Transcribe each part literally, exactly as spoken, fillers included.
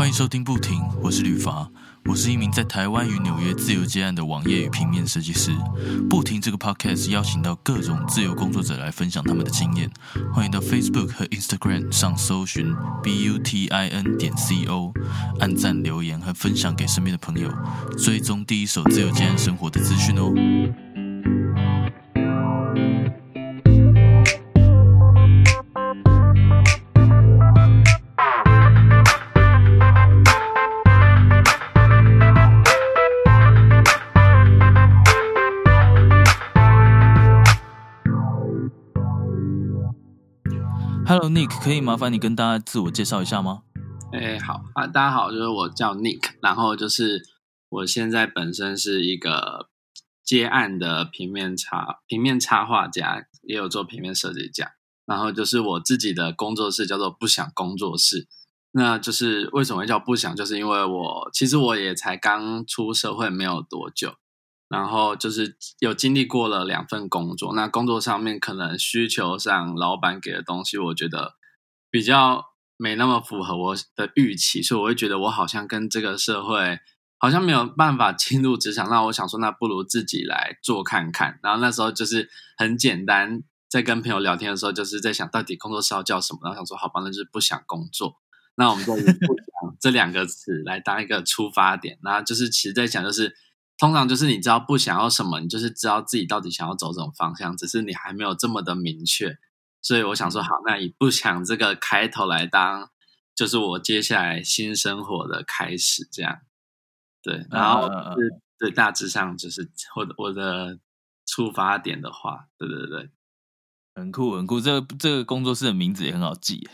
欢迎收听不停，我是吕伐，我是一名在台湾与纽约自由接案的网页与平面设计师。不停这个 podcast 邀请到各种自由工作者来分享他们的经验，欢迎到 Facebook 和 Instagram 上搜寻 B U T I N 点 C O， 按赞留言和分享给身边的朋友，追踪第一手自由接案生活的资讯哦。Hello Nick， 可以麻烦你跟大家自我介绍一下吗？ 哎，好啊，大家好，就是我叫 Nick， 然后就是我现在本身是一个接案的平面插平面插画家，也有做平面设计家，然后就是我自己的工作室叫做不想工作室。那就是为什么会叫不想，就是因为我其实我也才刚出社会没有多久，然后就是有经历过了两份工作，那工作上面可能需求上老板给的东西我觉得比较没那么符合我的预期，所以我会觉得我好像跟这个社会好像没有办法进入职场，那我想说那不如自己来做看看。然后那时候就是很简单，在跟朋友聊天的时候就是在想到底工作是要叫什么，然后想说好吧，那就是不想工作，那我们就以不想这两个词来当一个出发点，然后就是其实在想就是通常就是你知道不想要什么，你就是知道自己到底想要走这种方向，只是你还没有这么的明确。所以我想说好，那以不想这个开头来当就是我接下来新生活的开始这样。对，然后是对大致上就是我的我的出发点的话，对对对， 很酷很酷，这个这个工作室的名字也很好记。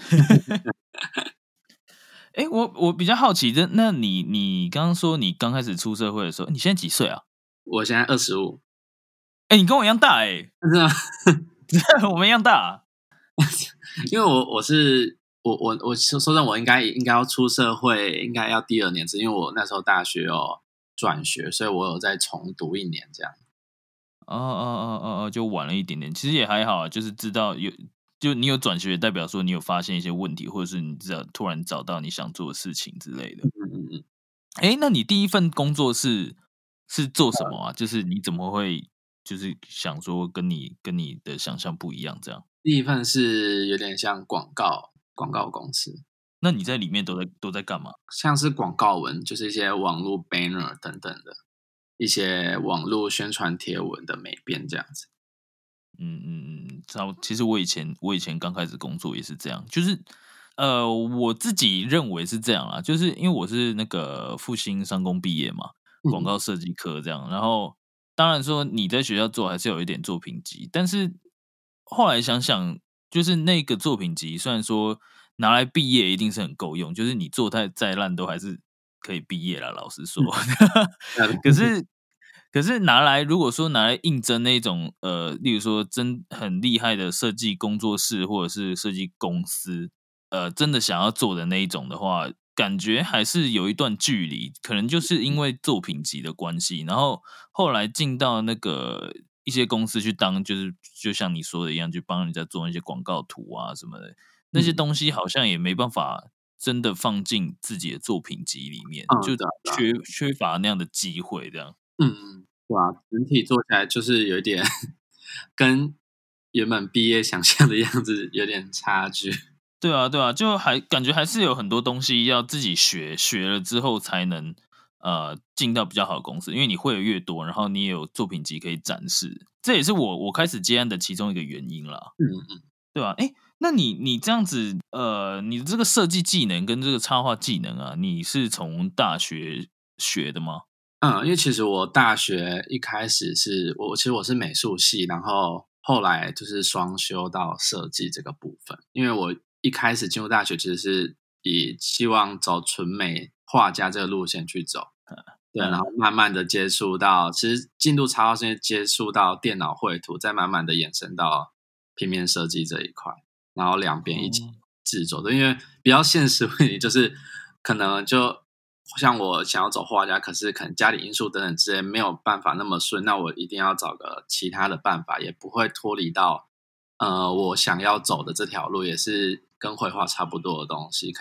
哎，我我比较好奇，这那你你刚刚说你刚开始出社会的时候，你现在几岁啊？ 我现在二十五。 哎，你跟我一样大哎、欸， 是吗？ 我们一样大、啊。 因为我我是我我我说真的，我应该应该要出社会，应该要第二年，是因为我那时候大学有转学，所以我有再重读一年这样。 哦哦哦哦哦，就晚了一点点，其实也还好啊，就是知道有，就你有转学，代表说你有发现一些问题，或者是你知道突然找到你想做的事情之类的。 嗯嗯嗯。 哎，那你第一份工作是是做什么啊？就是你怎么会就是想说跟你跟你的想象不一样这样？ 第一份是有点像广告广告公司。 那你在里面都在都在干嘛？ 像是广告文，就是一些网络 banner 等等的一些网络宣传贴文的美编这样子。 嗯嗯嗯，知道。其实我以前我以前刚开始工作也是这样，就是呃我自己认为是这样啦，就是因为我是那个复兴商工毕业嘛，广告设计科这样，然后当然说你在学校做还是有一点作品集，但是后来想想，就是那个作品集虽然说拿来毕业一定是很够用，就是你做太再烂都还是可以毕业啦，老实说。可是可是拿来如果说拿来应征那种呃，例如说真很厉害的设计工作室或者是设计公司，呃，真的想要做的那一种的话，感觉还是有一段距离，可能就是因为作品集的关系，然后后来进到那个一些公司去当，就是就像你说的一样，去帮人家做那些广告图啊什么的，那些东西好像也没办法真的放进自己的作品集里面， 嗯， 就对啊对啊缺缺乏那样的机会，这样。 嗯，对啊，整体做起来就是有点跟原本毕业想象的样子有点差距。 对啊，对啊，就还感觉还是有很多东西要自己学，学了之后才能呃进到比较好的公司，因为你会的越多，然后你也有作品集可以展示，这也是我我开始接案的其中一个原因啦。 嗯嗯， 对吧、啊？哎，那你你这样子，呃，你的这个设计技能跟这个插画技能啊，你是从大学学的吗？ 嗯，因为其实我大学一开始是我其实我是美术系，然后后来就是双修到设计这个部分。因为我一开始进入大学其实是以希望走纯美画家这个路线去走，对，然后慢慢的接触到，其实进入插画是接触到电脑绘图，再慢慢的延伸到平面设计这一块，然后两边一起制作的。因为比较现实问题就是可能就像我想要走画家，可是可能家里因素等等之类没有办法那么顺，那我一定要找个其他的办法，也不会脱离到呃我想要走的这条路，也是跟绘画差不多的东西，可以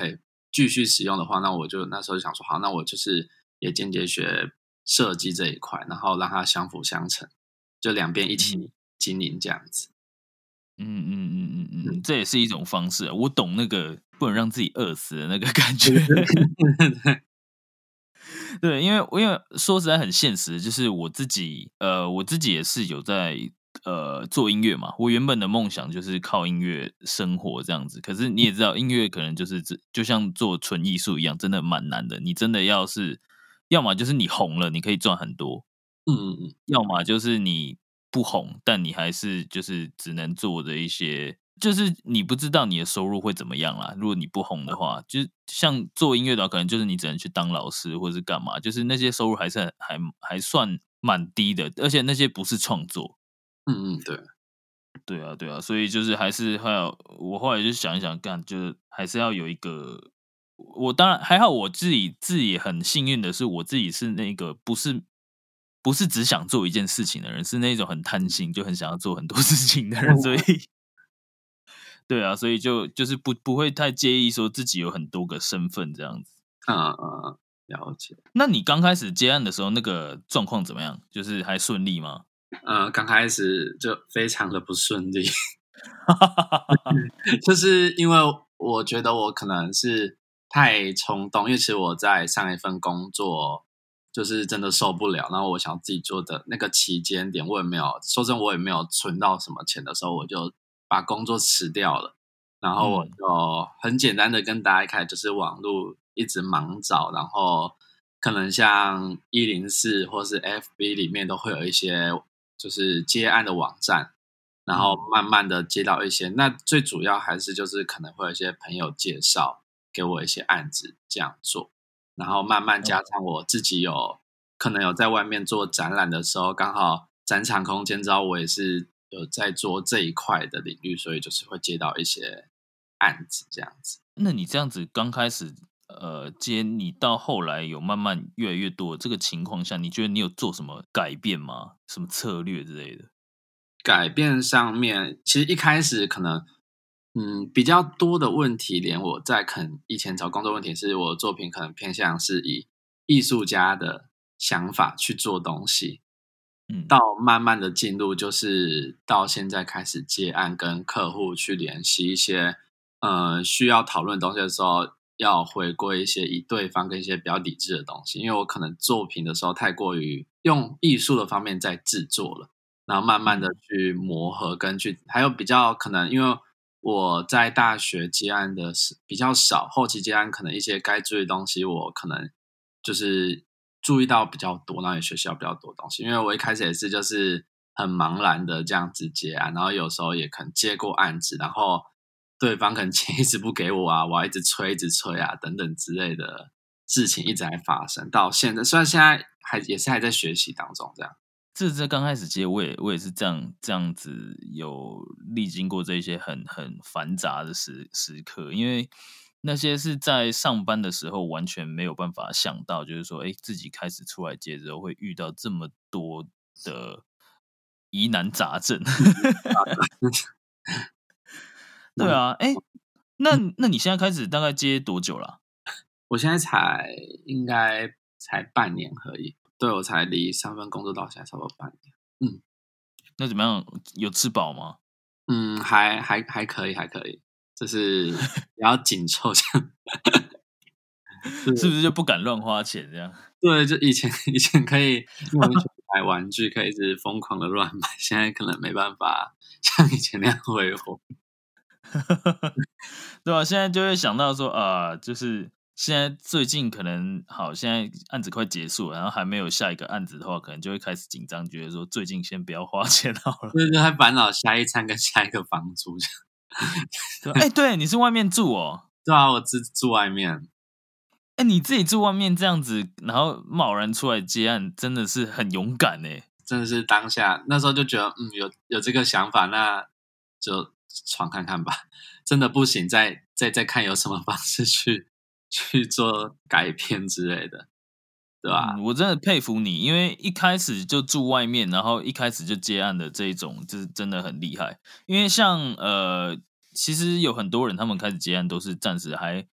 继续使用的话，那我就那时候就想说，好，那我就是也间接学设计这一块，然后让它相辅相成，就两边一起经营这样子。 嗯嗯嗯嗯嗯， 嗯， 这也是一种方式啊。我懂那个不能让自己饿死的那个感觉。对，因为因为说实在很现实，就是我自己，呃，我自己也是有在呃做音乐嘛。我原本的梦想就是靠音乐生活这样子，可是你也知道，音乐可能就是这就像做纯艺术一样，真的蛮难的。你真的要是，要么就是你红了，你可以赚很多， 嗯嗯嗯， 要么就是你不红，但你还是就是只能做的一些，就是你不知道你的收入会怎么样啦。如果你不红的话，就是像做音乐的话，可能就是你只能去当老师或是干嘛，就是那些收入还是很还还算蛮低的，而且那些不是创作。 嗯嗯，对， 对啊，对啊，所以就是还是还有，我后来就想一想，干就是还是要有一个。我当然还好，我自己自己也很幸运的是，我自己是那个不是不是只想做一件事情的人，是那种很贪心，就很想要做很多事情的人，所以对啊，所以就就是不不会太介意说自己有很多个身份这样子。 嗯嗯嗯，了解。 那你刚开始接案的时候，那个状况怎么样？就是还顺利吗？ 呃，刚开始就非常的不顺利，就是因为我觉得我可能是太冲动，因为其实我在上一份工作就是真的受不了，然后我想自己做的那个期间点，我也没有说真，我也没有存到什么钱的时候，我就把工作辞掉了，然后我嗯就很简单的跟大家一开始就是网络一直忙找，然后可能像一零四或是 F B 里面都会有一些就是接案的网站。然后嗯慢慢的接到一些，那最主要还是就是可能会有一些朋友介绍给我一些案子这样做，然后慢慢加上我自己有可能有在外面做展览的时候，刚好展场空间知道我也是有在做这一块的领域，所以就是会接到一些案子这样子。 那你这样子刚开始呃接，你到后来有慢慢越来越多这个情况下，你觉得你有做什么改变吗？什么策略之类的？ 改变上面，其实一开始可能，嗯，比较多的问题，连我在可能以前找工作问题，是我的作品可能偏向是以艺术家的想法去做东西， 嗯到慢慢的进入，就是到现在开始接案，跟客户去联系一些，呃，需要讨论东西的时候，要回归一些以对方跟一些比较理智的东西，因为我可能作品的时候太过于用艺术的方面在制作了。然后慢慢的嗯去磨合跟去还有比较可能因为我在大学接案的是比较少，后期接案可能一些该注意的东西，我可能就是注意到比较多，然后也学习到比较多东西。因为我一开始也是就是很茫然的这样子接案，然后有时候也可能接过案子，然后对方可能钱一直不给我啊，我要一直催一直催啊等等之类的事情一直在发生，到现在虽然现在还也是还在学习当中这样。 这这刚开始接，我也我也是这样这样子有历经过这些很很繁杂的时时刻，因为那些是在上班的时候完全没有办法想到，就是说，哎，自己开始出来接之后会遇到这么多的疑难杂症。 然后对啊，哎，那那你现在开始大概接多久了？ 我现在才应该才半年而已，对我才离上份工作到现在差不多半年。嗯那怎么样？有吃饱吗？ 嗯，还还还可以，还可以，就是比较紧凑这样。 是不对是就不敢乱花钱这样？ 对，就以前以前可以因为去买玩具，可以一直疯狂的乱买，现在可能没办法像以前那样挥霍。 对吧、现在就会想到说啊、就是现在最近可能好，现在案子快结束了，然后还没有下一个案子的话，可能就会开始紧张，觉得说最近先不要花钱好了。 就是在烦恼下一餐跟下一个房租这样。 对吧，哎、对，你是外面住哦， 对啊，我自住外面， 哎，你自己住外面这样子，然后贸然出来接案，真的是很勇敢哎。 真的是当下那时候就觉得，嗯，有有这个想法，那就闯看看吧。真的不行，再再再看有什么方式去去做改变之类的，对吧？ 嗯，我真的佩服你，因为一开始就住外面，然后一开始就接案的这一种，这真的很厉害。因为像呃，其实有很多人他们开始接案都是暂时还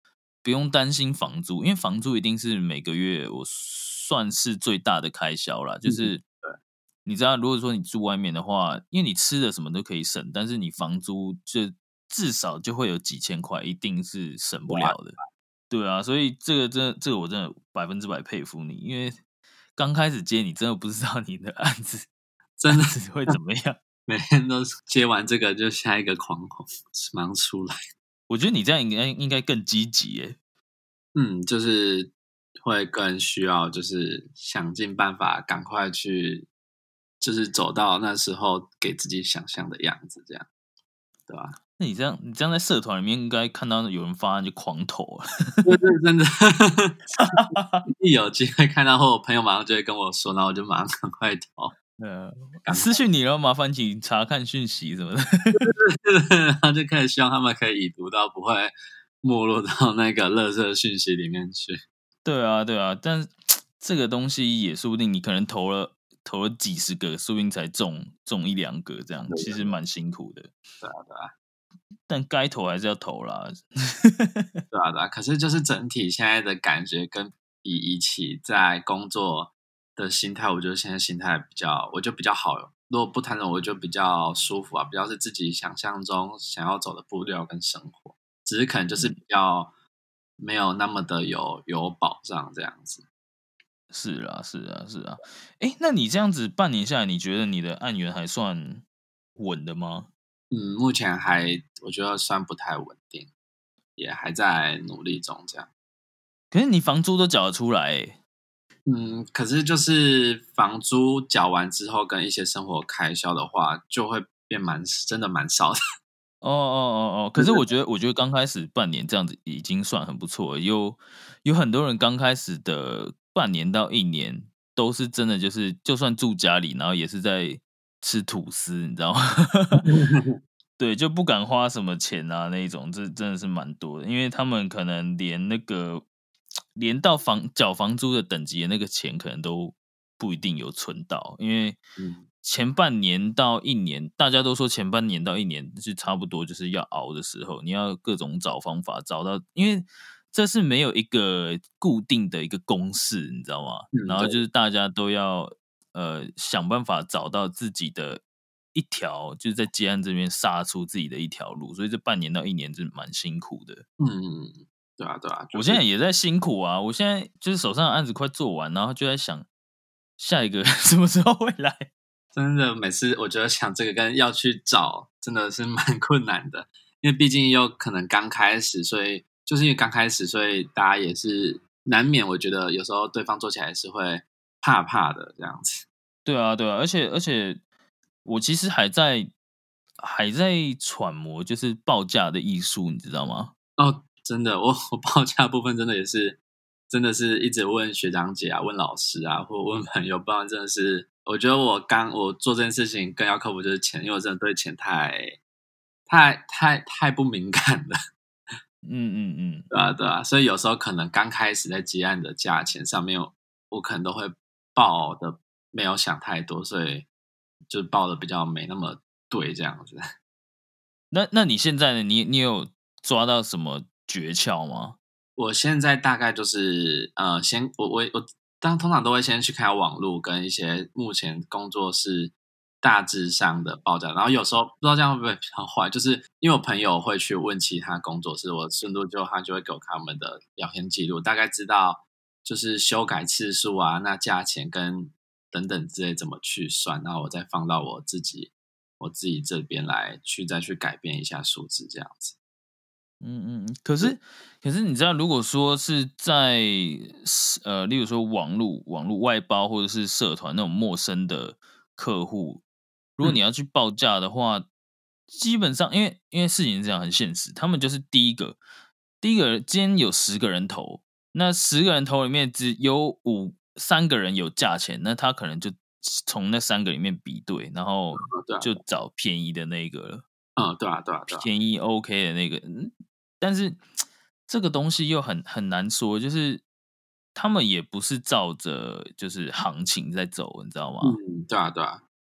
不用担心房租，因为房租一定是每个月我算是最大的开销啦。就嗯， 是对， 你知道，如果说你住外面的话，因为你吃的什么都可以省，但是你房租就至少就会有几千块，一定是省不对啊， 了的。对啊，所以这个真的，这个我真的百分之百佩服你，因为刚开始接你真的不知道你的案子真的案子会怎么样。 每天都接完这个就下一个狂轰忙出来。 我觉得你这样应该应该更积极耶。 嗯，就是会更需要，就是想尽办法赶快去，就是走到那时候给自己想象的样子，这样，对吧？ 那你这样，你这样在社团里面应该看到有人发案就狂投啊。 对对，真的，一有机会看到后，我朋友马上就会跟我说，然后我就马上赶快投， 呃， 赶私讯你然后麻烦请查看讯息什么的。 然后就开始希望他们可以已读到，不会没落到那个垃圾讯息里面去。 对啊，对啊，但是这个东西也说不定你可能投了投了几十个，说不定才中中一两个这样， 对其实蛮辛苦的。 对啊，对啊， 但该投还是要投啦。 对啊，对啊。可是就是整体现在的感觉跟比一起在工作的心态，我觉得现在心态比较，我就比较好。如果不谈论，我就比较舒服啊，比较是自己想象中想要走的步调跟生活，只是可能就是嗯， 比较没有那么的有有保障这样子。 是啦，是啊，是啊。哎，那你这样子半年下来，你觉得你的案源还算稳的吗？ 嗯，目前还我觉得算不太稳定，也还在努力中这样。 可是你房租都缴得出来诶。 嗯，可是就是房租缴完之后，跟一些生活开销的话，就会变蛮真的蛮少的。 哦哦哦哦，可是我觉得，我觉得刚开始半年这样子已经算很不错了。有有很多人刚开始的半年到一年都是真的，就是就算住家里，然后也是在吃吐司，你知道吗？对，就不敢花什么钱啊那一种，这真的是蛮多的，因为他们可能连那个连到房缴房租的等级的那个钱，可能都不一定有存到，因为嗯前半年到一年，大家都说前半年到一年是差不多就是要熬的时候，你要各种找方法找到，因为这是没有一个固定的一个公式，你知道吗？ 嗯，对， 然后就是大家都要呃想办法找到自己的一条，就是在接案这边杀出自己的一条路，所以这半年到一年是蛮辛苦的。 嗯，对啊，对啊，就是我现在也在辛苦啊，我现在就是手上的案子快做完，然后就在想下一个什么时候会来。 真的每次我觉得想这个跟要去找真的是蛮困难的，因为毕竟又可能刚开始，所以就是因为刚开始，所以大家也是难免，我觉得有时候对方做起来是会怕怕的这样子。 对啊，对啊，而且而且我其实还在还在揣摩，就是报价的艺术，你知道吗？ 哦，真的，我我报价部分真的也是，真的是一直问学长姐啊，问老师啊，或问朋友，不然真的是，我觉得我刚我做这件事情更要克服就是钱，因为我真的对钱太太太太不敏感了， 嗯嗯嗯。 对啊对啊，所以有时候可能刚开始在接案的价钱上面，我可能都会报的没有想太多，所以就报的比较没那么对这样子。 那那你现在呢？你你有抓到什么诀窍吗？ 我现在大概就是呃，先我我我当通常都会先去看网络跟一些目前工作室大致上的报价，然后有时候不知道这样会不会比较坏，就是因为我朋友会去问其他工作室，我顺路就他就会给我看他们的聊天记录，大概知道就是修改次数啊，那价钱跟等等之类怎么去算，然后我再放到我自己我自己这边来去再去改变一下数字这样子。 嗯嗯，可是可是你知道，如果说是在呃，例如说网络网络外包或者是社团那种陌生的客户，如果嗯， 你要去报价的话，基本上因为因为事情是这样很现实，他们就是第一个第一个今天有十个人投，那十个人投里面只有五三个人有价钱，那他可能就从那三个里面比对，然后哦对啊， 就找便宜的那个了。 嗯，对啊，对啊，对啊。 便宜 OK 的那个，嗯但是这个东西又很很难说，就是他们也不是照着就是行情在走，你知道吗？ 嗯，对啊，对啊，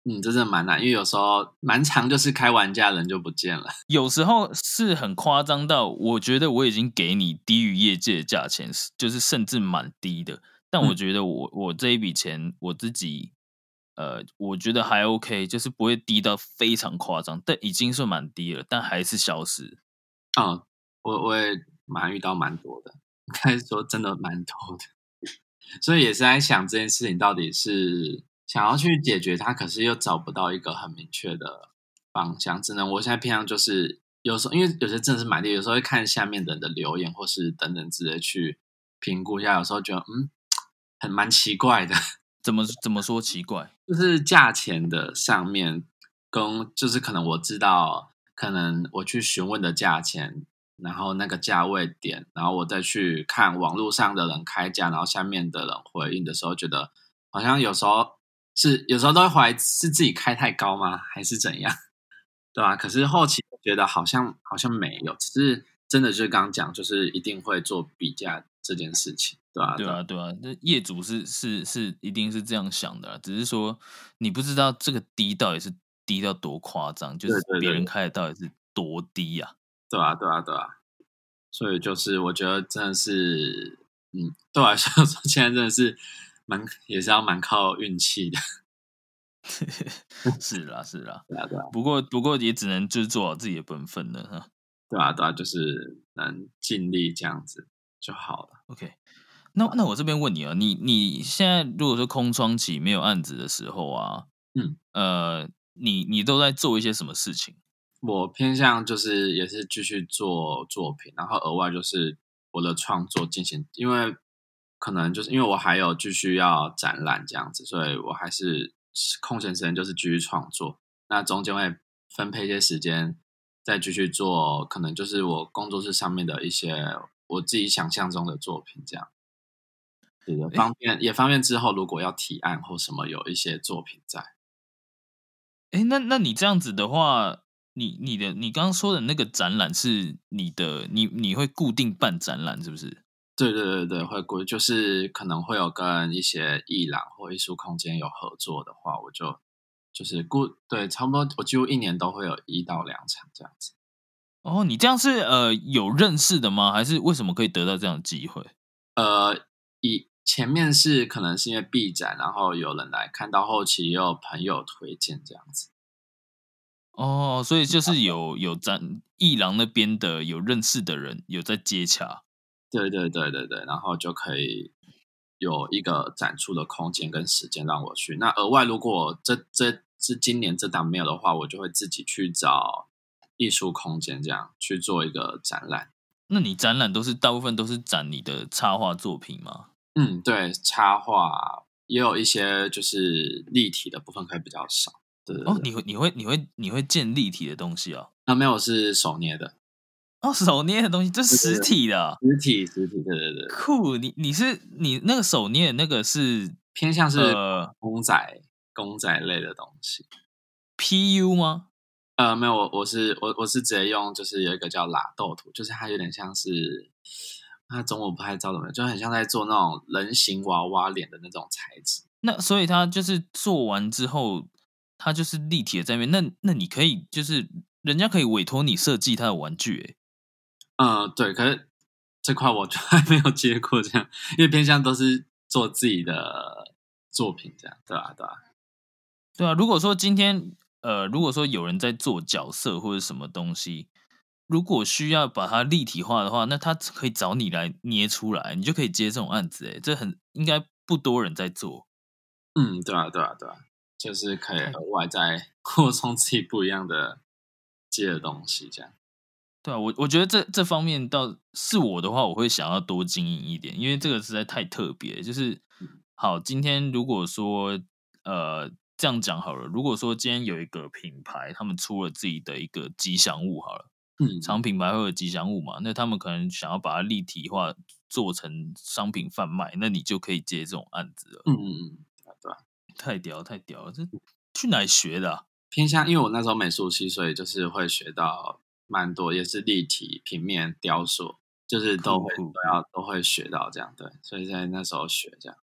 嗯，这真的蛮难，因为有时候蛮长，就是开完价人就不见了。 有时候是很夸张到，我觉得我已经给你低于业界的价钱，就是甚至蛮低的。但我觉得我、嗯、我这一笔钱我自己，呃，我觉得还 OK，就是不会低到非常夸张，但已经算蛮低了，但还是消失。 哦，我我也蛮遇到蛮多的，应该说真的蛮多的，所以也是在想这件事情到底是想要去解决它，可是又找不到一个很明确的方向，只能我现在偏向就是有时候，因为有些真的是蛮低，有时候会看下面的人的留言或是等等之类去评估一下，有时候觉得嗯，很蛮奇怪的。 怎么怎么说奇怪？ 就是价钱的上面跟就是可能我知道，可能我去询问的价钱，然后那个价位点，然后我再去看网络上的人开价，然后下面的人回应的时候，觉得好像有时候是有时候都会怀疑是自己开太高吗，还是怎样，对吧？可是后期我觉得好像好像没有，只是真的就是刚刚讲，就是一定会做比价这件事情。对啊， 对啊，对啊，那业主是是是一定是这样想的、啊，只是说你不知道这个低到底是低到多夸张，就是别人开的到底是多低呀、啊？ 对啊，对啊，对啊，所以就是我觉得真的是，嗯，对我来说，现在真的是蛮也是要蛮靠运气的。 是啦，是啦， 对啊，对啊， 不过不过也只能就是做好自己的本分了哈。 对啊，对啊，就是能尽力这样子就好了。 OK。那那我这边问你啊，你你现在如果说空窗期没有案子的时候啊， 嗯， 呃，你你都在做一些什么事情？ 我偏向就是也是继续做作品，然后额外就是我的创作进行，因为可能就是因为我还有继续要展览这样子，所以我还是空闲时间就是继续创作。那中间会分配一些时间再继续做，可能就是我工作室上面的一些我自己想象中的作品这样。对的，方便也方便之后如果要提案或什么有一些作品在。 哎，那那你这样子的话，你你的你刚刚说的那个展览是你的，你你会固定办展览是不是？ 对对对对，会估就是可能会有跟一些艺廊或艺术空间有合作的话，我就就是固对差不多，我几乎一年都会有一到两场这样子。 哦，你这样是呃有认识的吗？还是为什么可以得到这样的机会？ 呃，以前面是可能是因为 B 展，然后有人来看到，后期也有朋友推荐这样子。 哦，所以就是有有展艺廊那边的有认识的人有在接洽。 对对对对对，然后就可以有一个展出的空间跟时间让我去。那额外如果这这是今年这档没有的话，我就会自己去找艺术空间，这样去做一个展览。 那你展览都是大部分都是展你的插画作品吗？ 嗯，对，插画也有一些就是立体的部分可以比较少。对对哦， 对， 你会你会你会你会建立体的东西哦？ 那没有是手捏的， 哦，手捏的东西，这是实体的啊、 实体实体，对对对， 酷！你你是你那个手捏的那个是偏向是呃公仔公仔类的东西。 P U 吗？ 呃，没有，我我是我我是直接用，就是有一个叫拉豆图，就是它有点像是，它中文不太知道怎么，就很像在做那种人形娃娃脸的那种材质。 那所以它就是做完之后，它就是立体的在面。那那你可以就是人家可以委托你设计它的玩具，诶。 嗯，对，可是这块我就还没有接过这样，因为偏向都是做自己的作品这样，对吧、对吧、 对啊，如果说今天呃，如果说有人在做角色或者什么东西，如果需要把它立体化的话，那他可以找你来捏出来，你就可以接这种案子，诶，这很应该不多人在做。 嗯，对啊，对啊，对啊，就是可以太额外再扩充自己不一样的接的东西这样。 对啊，我我觉得这这方面倒是我的话，我会想要多经营一点，因为这个实在太特别。就是好，今天如果说呃这样讲好了，如果说今天有一个品牌，他们出了自己的一个吉祥物好了， 嗯常品牌会有吉祥物嘛，那他们可能想要把它立体化做成商品贩卖，那你就可以接这种案子了。 嗯嗯嗯，对啊，对啊。 太屌太屌了，这去哪里学的啊？ 偏向，因为我那时候美术系，所以就是会学到蛮多，也是立体、平面、雕塑，就是都会酷酷酷！ 都要都会学到这样，对，所以在那时候学这样。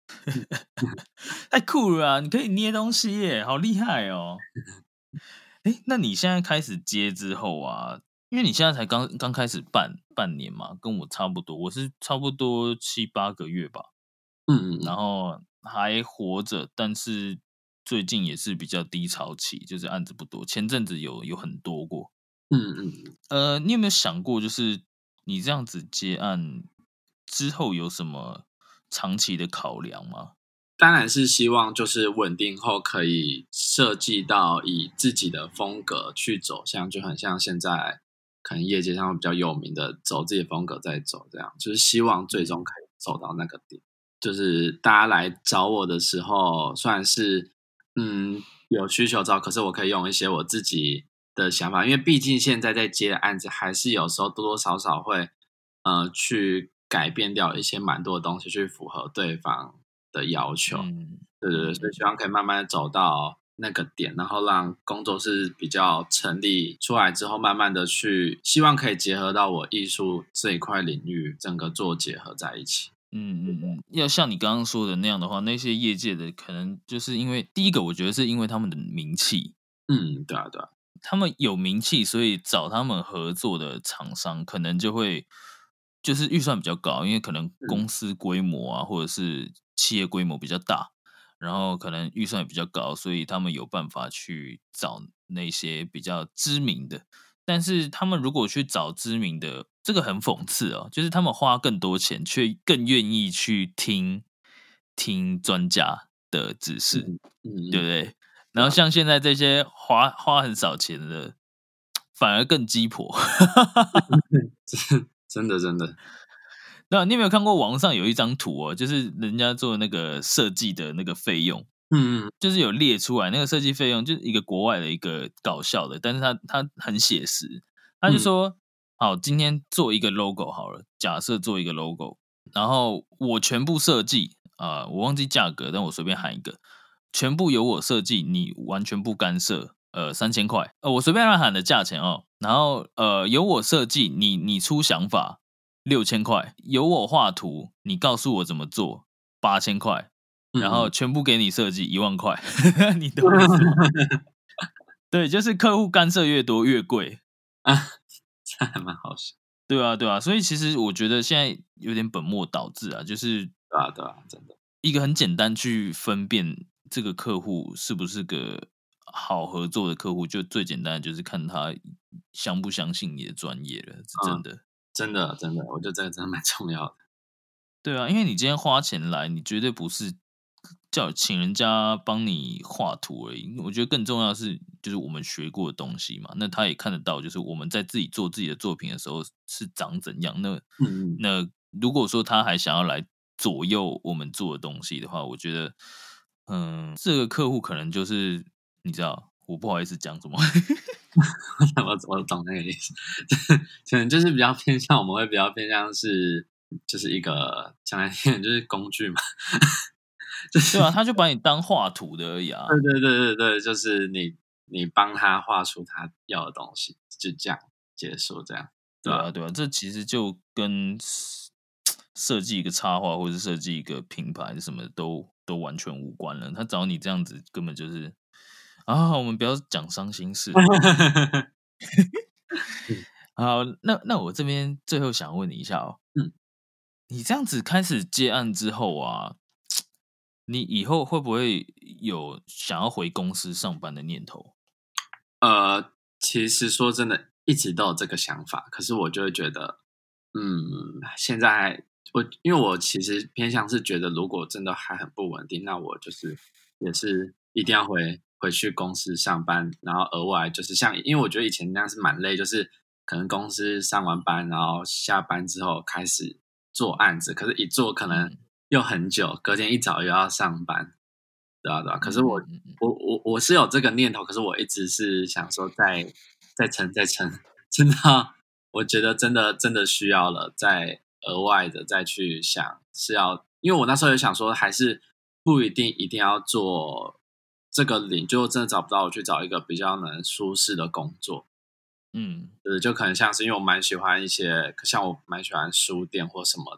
太酷了啊！你可以捏东西耶，好厉害哦！哎，那你现在开始接之后啊，因为你现在才刚刚开始半半年嘛，跟我差不多，我是差不多七八个月吧。 嗯嗯嗯， 然后还活着，但是最近也是比较低潮期，就是案子不多。前阵子有有很多过， 嗯嗯， 呃，你有没有想过，就是你这样子接案之后有什么长期的考量吗？ 当然是希望就是稳定后可以设计到以自己的风格去走向，就很像现在可能业界上比较有名的走自己的风格在走，这样就是希望最终嗯可以走到那个点。就是大家来找我的时候，虽然是嗯有需求找，可是我可以用一些我自己的想法，因为毕竟现在在接的案子，还是有时候多多少少会呃去改变掉一些蛮多的东西，去符合对方的要求。 嗯对对对，所以希嗯嗯望可以慢慢地走到那个点，然后让工作室比较成立出来之后，慢慢的去，希望可以结合到我艺术这一块领域，整个做结合在一起。 嗯嗯嗯，要像你刚刚说的那样的话，那些业界的可能就是因为第一个，我觉得是因为他们的名气， 嗯，对啊对啊， 他们有名气，所以找他们合作的厂商可能就会就是预算比较高，因为可能嗯公司规模啊，或者是企业规模比较大，然后可能预算也比较高，所以他们有办法去找那些比较知名的。但是他们如果去找知名的，这个很讽刺哦，就是他们花更多钱，却更愿意去听听专家的指示， 嗯嗯嗯， 对不对？然对啊， 后像现在这些花花很少钱的，反而更鸡婆。 真的真的， 对啊，你有没有看过网上有一张图哦，就是人家做那个设计的那个费用， 嗯嗯就是有列出来那个设计费用，就是一个国外的一个搞笑的，但是他他很写实，他就嗯说，好，今天做一个 logo 好了，假设做一个 logo，然后我全部设计啊、呃我忘记价格，但我随便喊一个，全部由我设计，你完全不干涉，呃，三千块，呃，我随便乱喊的价钱哦，然后呃，由我设计，你你出想法，六千块，由我画图，你告诉我怎么做，八千块，然后嗯嗯， 全部给你设计一万块，你懂意思吗？对，就是客户干涉越多越贵。 啊，这还蛮好笑， 对啊，对啊，所以其实我觉得现在有点本末倒置啊，就是对啊对啊，真的， 一个很简单去分辨这个客户是不是个好合作的客户，就最简单的就是看他相不相信你的专业了，是真嗯， 的。 真的真的，我觉得这个真的蛮重要的。 对啊，因为你今天花钱来，你绝对不是叫请人家帮你画图而已。我觉得更重要的是，就是我们学过的东西嘛。那他也看得到，就是我们在自己做自己的作品的时候是长怎样。那嗯嗯， 那如果说他还想要来左右我们做的东西的话，我觉得，嗯，这个客户可能就是你知道，我不好意思讲什么。 我我懂那个意思，可能就是比较偏向，我们会比较偏向是，就是一个讲来听点就是工具嘛，就是对啊，他就把你当画图的而已啊。 对对对对对，就是你你帮他画出他要的东西，就这样结束，这样对吧？ 对啊，对啊，这其实就跟设设计一个插画，或者是设计一个品牌什么的都都完全无关了。他找你这样子，根本就是啊，我们不要讲伤心事。好，那那我这边最后想问你一下哦， 嗯， 你这样子开始接案之后啊，你以后会不会有想要回公司上班的念头？ 呃，其实说真的，一直都有这个想法，可是我就会觉得，嗯，现在我因为我其实偏向是觉得，如果真的还很不稳定，那我就是也是一定要回回去公司上班，然后额外就是像，因为我觉得以前那样是蛮累，就是可能公司上完班，然后下班之后开始做案子，可是一做可能嗯又很久，隔天一早又要上班，对啊对啊。可是嗯我嗯嗯嗯， 我我我是有这个念头，可是我一直是想说再再撑再撑，真的，我觉得真的真的需要了，再额外的再去想是要，因为我那时候有想说，还是不一定一定要做这个领，就真的找不到，我去找一个比较能舒适的工作。 嗯呃，就可能像是因为我蛮喜欢一些，像我蛮喜欢书店或什么的，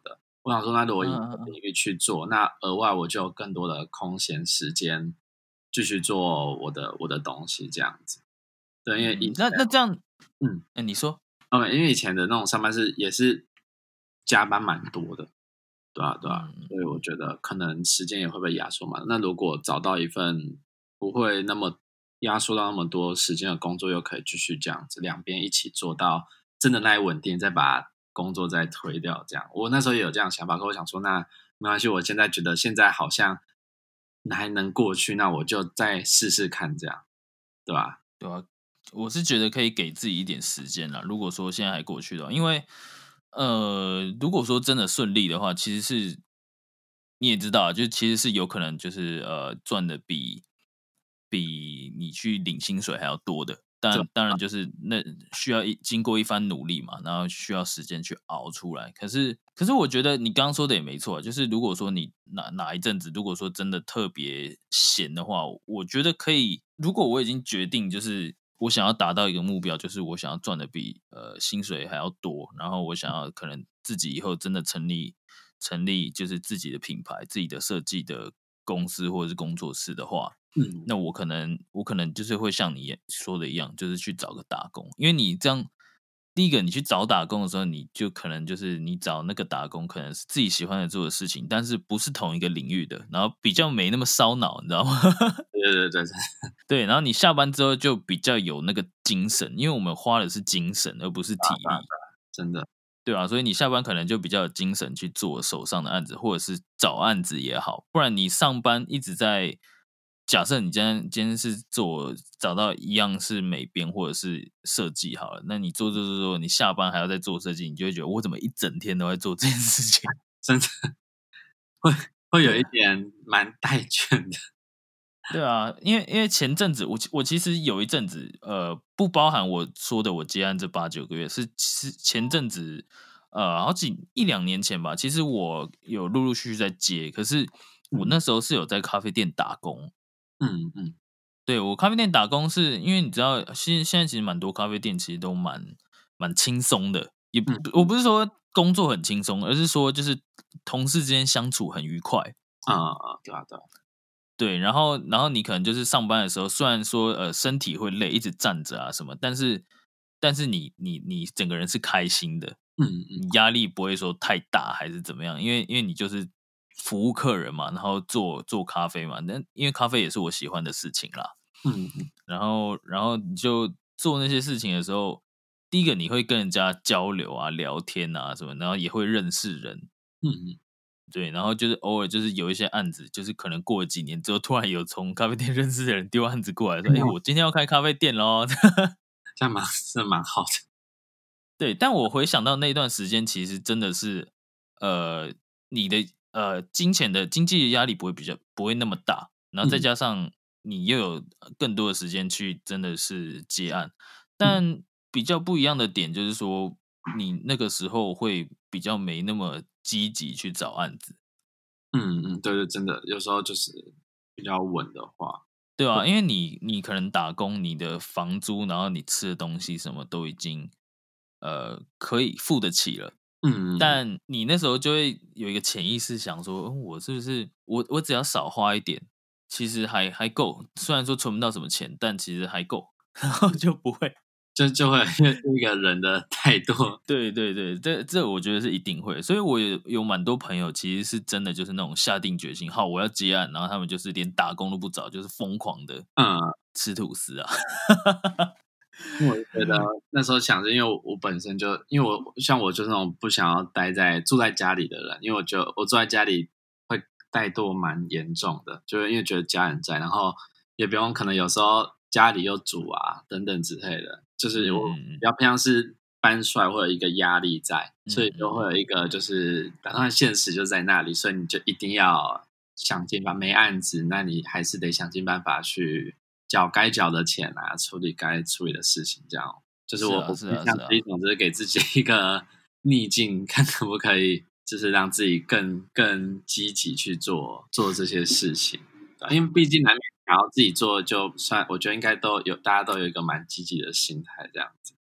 我想说，那如果以嗯嗯领域去做，那额外我就有更多的空闲时间继续做我的我的东西，这样子。对，因为以嗯， 前那那这样， 嗯， 哎，你说， 呃，因为以前的那种上班是也是加班蛮多的，对啊，对啊， 嗯所以我觉得可能时间也会被压缩嘛。那如果找到一份不会那么压缩到那么多时间的工作，又可以继续这样子两边一起做到真的那稳定，再把工作再推掉。这样，我那时候也有这样的想法，可我想说，那没关系，我现在觉得现在好像还能过去，那我就再试试看，这样，对吧？ 对啊，我是觉得可以给自己一点时间啦。如果说现在还过去的话，因为呃，如果说真的顺利的话，其实是你也知道啊，就其实是有可能就是呃赚的比比你去领薪水还要多的。 对， 但当然就是那需要一经过一番努力嘛，然后需要时间去熬出来。可是可是我觉得你刚刚说的也没错啊，就是如果说你哪哪一阵子，如果说真的特别闲的话，我觉得可以。如果我已经决定，就是我想要达到一个目标，就是我想要赚的比呃薪水还要多，然后我想要可能自己以后真的成立成立就是自己的品牌、自己的设计的公司或者是工作室的话， 嗯， 那我可能我可能就是会像你说的一样，就是去找个打工，因为你这样。第一个，你去找打工的时候，你就可能就是你找那个打工，可能是自己喜欢的做的事情，但是不是同一个领域的，然后比较没那么烧脑，你知道吗？ 对对对对， 对，然后你下班之后就比较有那个精神，因为我们花的是精神，而不是体力， 真的， 对啊，所以你下班可能就比较有精神去做手上的案子，或者是找案子也好，不然你上班一直在。假设你今天今天是做找到一样是美编或者是设计好了，那你做做做做，你下班还要再做设计，你就会觉得我怎么一整天都在做这件事情？ 真的会会有一对点蛮带倦的。 对啊，因为因为前阵子我我其实有一阵子，呃，不包含我说的我接案这八九个月，是是前阵子，呃，好几一两年前吧。其实我有陆陆续续在接，可是我嗯那时候是有在咖啡店打工。 嗯嗯， 对，我咖啡店打工是因为你知道，现现在其实蛮多咖啡店其实都蛮蛮轻松的，也不嗯我不是说工作很轻松，而是说就是同事之间相处很愉快。 啊啊，对啊对啊， 对，然后然后你可能就是上班的时候，虽然说呃身体会累，一直站着啊什么，但是但是你你你整个人是开心的， 嗯嗯你压力不会说太大还是怎么样，因为因为你就是服务客人嘛，然后做做咖啡嘛，那因为咖啡也是我喜欢的事情啦， 嗯嗯然后然后你就做那些事情的时候，第一个你会跟人家交流啊、聊天啊什么，然后也会认识人， 嗯嗯， 对，然后就是偶尔就是有一些案子，就是可能过了几年之后，突然有从咖啡店认识的人丢案子过来说：“哎，我今天要开咖啡店喽。” 这样蛮真的蛮好的。 对，但我回想到那段时间，其实真的是，呃，你的呃金钱的经济的压力不会比较不会那么大，然后再嗯加上你又有更多的时间去真的是接案， 嗯但比较不一样的点就是说，你那个时候会比较没那么积极去找案子。 嗯嗯，对对，真的有时候就是比较稳的话， 对啊， 会因为你你可能打工，你的房租，然后你吃的东西什么都已经呃可以付得起了， 嗯嗯但你那时候就会有一个潜意识想说，嗯我是不是我我只要少花一点，其实还还够，虽然说存不到什么钱，但其实还够，然后就不会。 就就会因为一个人的态度， 对对对，这这我觉得是一定会，所以我有有蛮多朋友其实是真的就是那种下定决心，好我要接案，然后他们就是连打工都不找，就是疯狂的嗯， 吃吐司啊。 因为我就觉得那时候想着，因为我我本身就因为我像我就是那种不想要待在住在家里的人，因为我就我住在家里会怠惰蛮严重的，就是因为觉得家人在，然后也不用可能有时候家里又煮啊等等之类的，就是我嗯嗯比较偏向是班帅会有一个压力在，所以嗯就会有嗯一个就是当然现实就在那里，所以你就一定要想尽办法，没案子，那你还是得想尽办法去缴该缴的钱啊，处理该处理的事情，这样就是我是啊是我像啊是啊， 是一种就是给自己一个逆境，看可不可以就是让自己更更积极去做做这些事情，对啊因为毕竟难免想要自己做，就算我觉得应该都有大家都有一个蛮积极的心态这样子。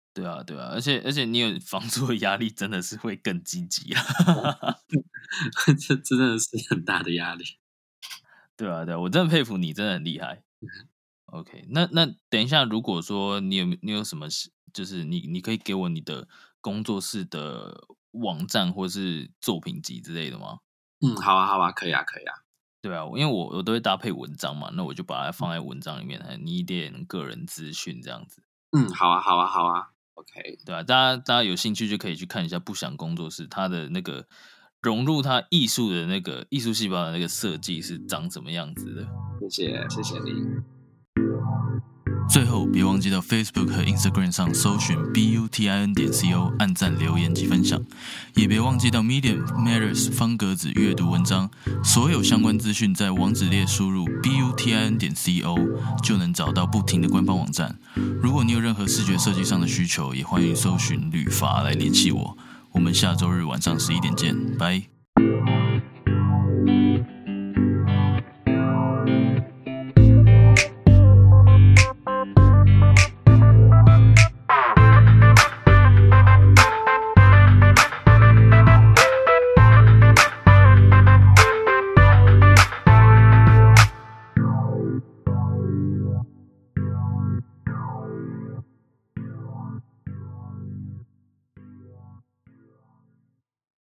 对啊，对啊，而且而且你有房租的压力，真的是会更积极啊。 这真的是很大的压力。 对啊，对啊，我真的佩服你，真的很厉害。OK，那那等一下，如果说你有你有什么，就是你你可以给我你的工作室的网站或是作品集之类的吗？ 嗯，好啊，好啊，可以啊，可以啊。 对啊，因为我我都会搭配文章嘛，那我就把它放在文章里面，你一点个人资讯这样子。 嗯，好啊，好啊，好啊。OK， 对啊，大家大家有兴趣就可以去看一下不想工作室，它的那个融入它艺术的那个艺术细胞的那个设计是长什么样子的。 谢谢，谢谢你。 最后，别忘记到 Facebook 和 Instagram 上搜寻 B U T I N 点 C O， 按赞、留言及分享。也别忘记到 Medium、Matters 方格子阅读文章，所有相关资讯在网址列输入 B U T I N 点 C O 就能找到不停的官方网站。如果你有任何视觉设计上的需求，也欢迎搜寻旅法来联系我。我们下周日晚上十一点见，拜。